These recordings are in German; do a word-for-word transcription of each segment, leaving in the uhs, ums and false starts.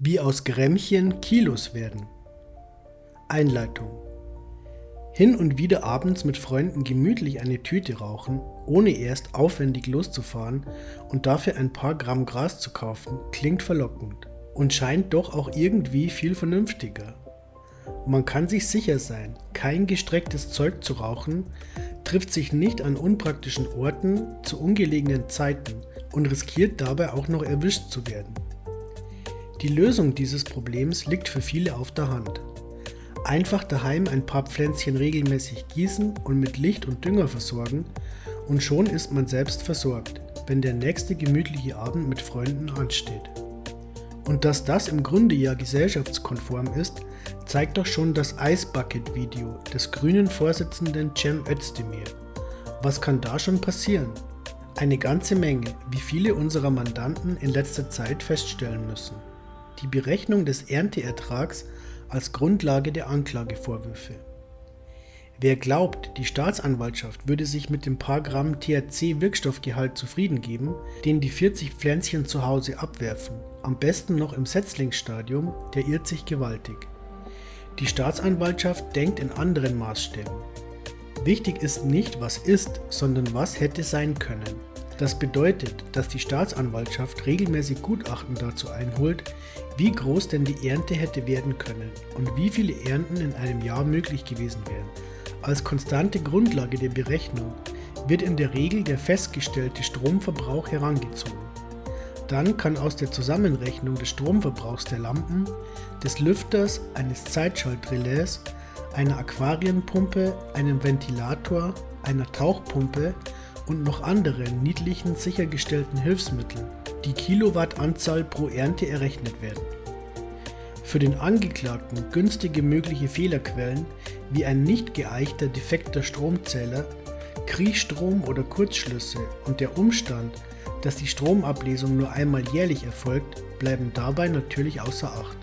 Wie aus Grämmchen Kilos werden. Einleitung. Hin und wieder abends mit Freunden gemütlich eine Tüte rauchen, ohne erst aufwendig loszufahren und dafür ein paar Gramm Gras zu kaufen, klingt verlockend und scheint doch auch irgendwie viel vernünftiger. Man kann sich sicher sein, kein gestrecktes Zeug zu rauchen, trifft sich nicht an unpraktischen Orten zu ungelegenen Zeiten und riskiert dabei auch noch erwischt zu werden. Die Lösung dieses Problems liegt für viele auf der Hand. Einfach daheim ein paar Pflänzchen regelmäßig gießen und mit Licht und Dünger versorgen und schon ist man selbst versorgt, wenn der nächste gemütliche Abend mit Freunden ansteht. Und dass das im Grunde ja gesellschaftskonform ist, zeigt doch schon das Ice Bucket Video des grünen Vorsitzenden Cem Özdemir. Was kann da schon passieren? Eine ganze Menge, wie viele unserer Mandanten in letzter Zeit feststellen müssen. Die Berechnung des Ernteertrags als Grundlage der Anklagevorwürfe. Wer glaubt, die Staatsanwaltschaft würde sich mit dem paar Gramm T H C-Wirkstoffgehalt zufrieden geben, den die vierzig Pflänzchen zu Hause abwerfen, am besten noch im Setzlingsstadium, der irrt sich gewaltig. Die Staatsanwaltschaft denkt in anderen Maßstäben. Wichtig ist nicht, was ist, sondern was hätte sein können. Das bedeutet, dass die Staatsanwaltschaft regelmäßig Gutachten dazu einholt, wie groß denn die Ernte hätte werden können und wie viele Ernten in einem Jahr möglich gewesen wären. Als konstante Grundlage der Berechnung wird in der Regel der festgestellte Stromverbrauch herangezogen. Dann kann aus der Zusammenrechnung des Stromverbrauchs der Lampen, des Lüfters, eines Zeitschaltrelais, einer Aquarienpumpe, einem Ventilator, einer Tauchpumpe und noch anderen niedlichen sichergestellten Hilfsmitteln die Kilowattanzahl pro Ernte errechnet werden. Für den Angeklagten günstige mögliche Fehlerquellen wie ein nicht geeichter defekter Stromzähler, Kriechstrom oder Kurzschlüsse und der Umstand, dass die Stromablesung nur einmal jährlich erfolgt, bleiben dabei natürlich außer Acht.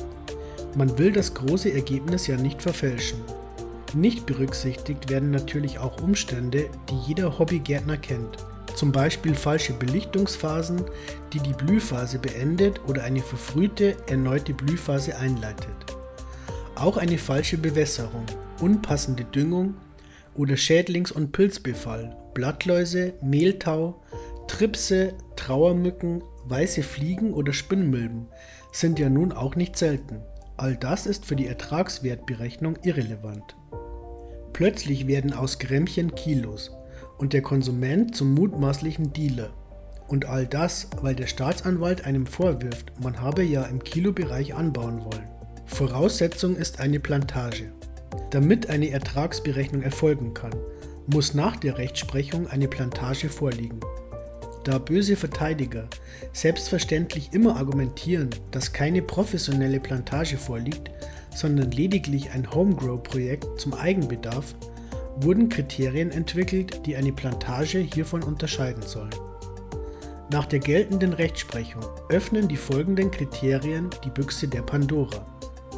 Man will das große Ergebnis ja nicht verfälschen. Nicht berücksichtigt werden natürlich auch Umstände, die jeder Hobbygärtner kennt. Zum Beispiel falsche Belichtungsphasen, die die Blühphase beendet oder eine verfrühte, erneute Blühphase einleitet. Auch eine falsche Bewässerung, unpassende Düngung oder Schädlings- und Pilzbefall, Blattläuse, Mehltau, Tripse, Trauermücken, weiße Fliegen oder Spinnmilben sind ja nun auch nicht selten. All das ist für die Ertragswertberechnung irrelevant. Plötzlich werden aus Grämmchen Kilos und der Konsument zum mutmaßlichen Dealer. Und all das, weil der Staatsanwalt einem vorwirft, man habe ja im Kilobereich anbauen wollen. Voraussetzung ist eine Plantage. Damit eine Ertragsberechnung erfolgen kann, muss nach der Rechtsprechung eine Plantage vorliegen. Da böse Verteidiger selbstverständlich immer argumentieren, dass keine professionelle Plantage vorliegt, sondern lediglich ein Homegrow-Projekt zum Eigenbedarf, wurden Kriterien entwickelt, die eine Plantage hiervon unterscheiden sollen. Nach der geltenden Rechtsprechung öffnen die folgenden Kriterien die Büchse der Pandora.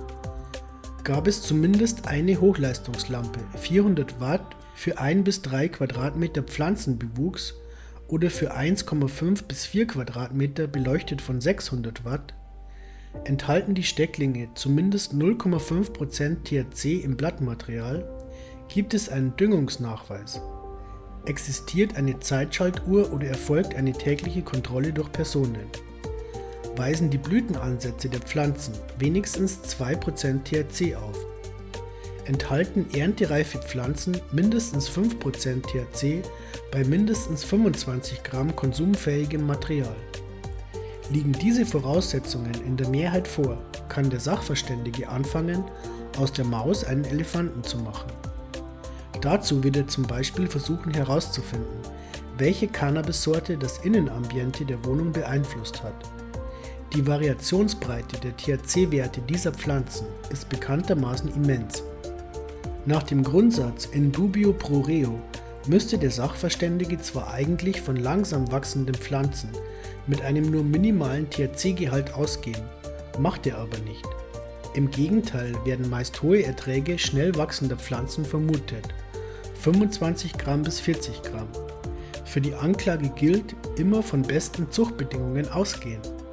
Gab es zumindest eine Hochleistungslampe, vierhundert Watt, für ein bis drei Quadratmeter Pflanzenbewuchs oder für eins Komma fünf bis vier Quadratmeter beleuchtet von sechshundert Watt, enthalten die Stecklinge zumindest null Komma fünf Prozent T H C im Blattmaterial, gibt es einen Düngungsnachweis, existiert eine Zeitschaltuhr oder erfolgt eine tägliche Kontrolle durch Personen, weisen die Blütenansätze der Pflanzen wenigstens zwei Prozent T H C auf, enthalten erntereife Pflanzen mindestens fünf Prozent T H C bei mindestens fünfundzwanzig Gramm konsumfähigem Material. Liegen diese Voraussetzungen in der Mehrheit vor, kann der Sachverständige anfangen, aus der Maus einen Elefanten zu machen. Dazu wird er zum Beispiel versuchen herauszufinden, welche Cannabissorte das Innenambiente der Wohnung beeinflusst hat. Die Variationsbreite der T H C-Werte dieser Pflanzen ist bekanntermaßen immens. Nach dem Grundsatz in dubio pro reo müsste der Sachverständige zwar eigentlich von langsam wachsenden Pflanzen mit einem nur minimalen T H C-Gehalt ausgehen, macht er aber nicht. Im Gegenteil werden meist hohe Erträge schnell wachsender Pflanzen vermutet, fünfundzwanzig Gramm bis vierzig Gramm. Für die Anklage gilt, immer von besten Zuchtbedingungen ausgehen.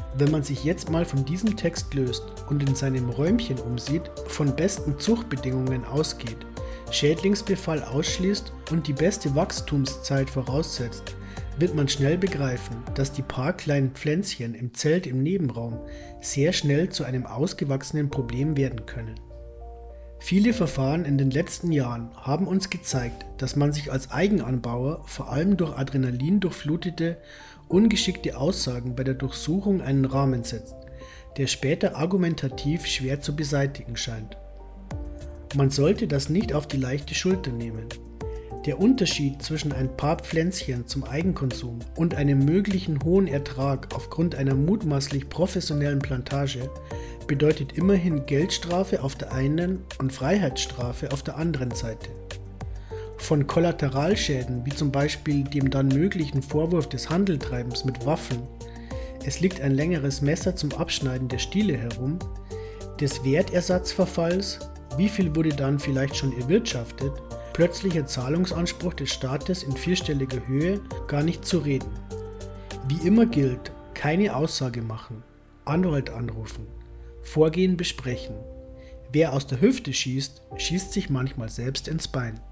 Wenn man sich jetzt mal von diesem Text löst und in seinem Räumchen umsieht, von besten Zuchtbedingungen ausgeht, Schädlingsbefall ausschließt und die beste Wachstumszeit voraussetzt, wird man schnell begreifen, dass die paar kleinen Pflänzchen im Zelt im Nebenraum sehr schnell zu einem ausgewachsenen Problem werden können. Viele Verfahren in den letzten Jahren haben uns gezeigt, dass man sich als Eigenanbauer vor allem durch Adrenalin durchflutete, ungeschickte Aussagen bei der Durchsuchung einen Rahmen setzt, der später argumentativ schwer zu beseitigen scheint. Man sollte das nicht auf die leichte Schulter nehmen. Der Unterschied zwischen ein paar Pflänzchen zum Eigenkonsum und einem möglichen hohen Ertrag aufgrund einer mutmaßlich professionellen Plantage bedeutet immerhin Geldstrafe auf der einen und Freiheitsstrafe auf der anderen Seite. Von Kollateralschäden wie zum Beispiel dem dann möglichen Vorwurf des Handeltreibens mit Waffen, es liegt ein längeres Messer zum Abschneiden der Stiele herum, des Wertersatzverfalls, wie viel wurde dann vielleicht schon erwirtschaftet, plötzlicher Zahlungsanspruch des Staates in vierstelliger Höhe, gar nicht zu reden. Wie immer gilt, keine Aussage machen, Anwalt anrufen, Vorgehen besprechen. Wer aus der Hüfte schießt, schießt sich manchmal selbst ins Bein.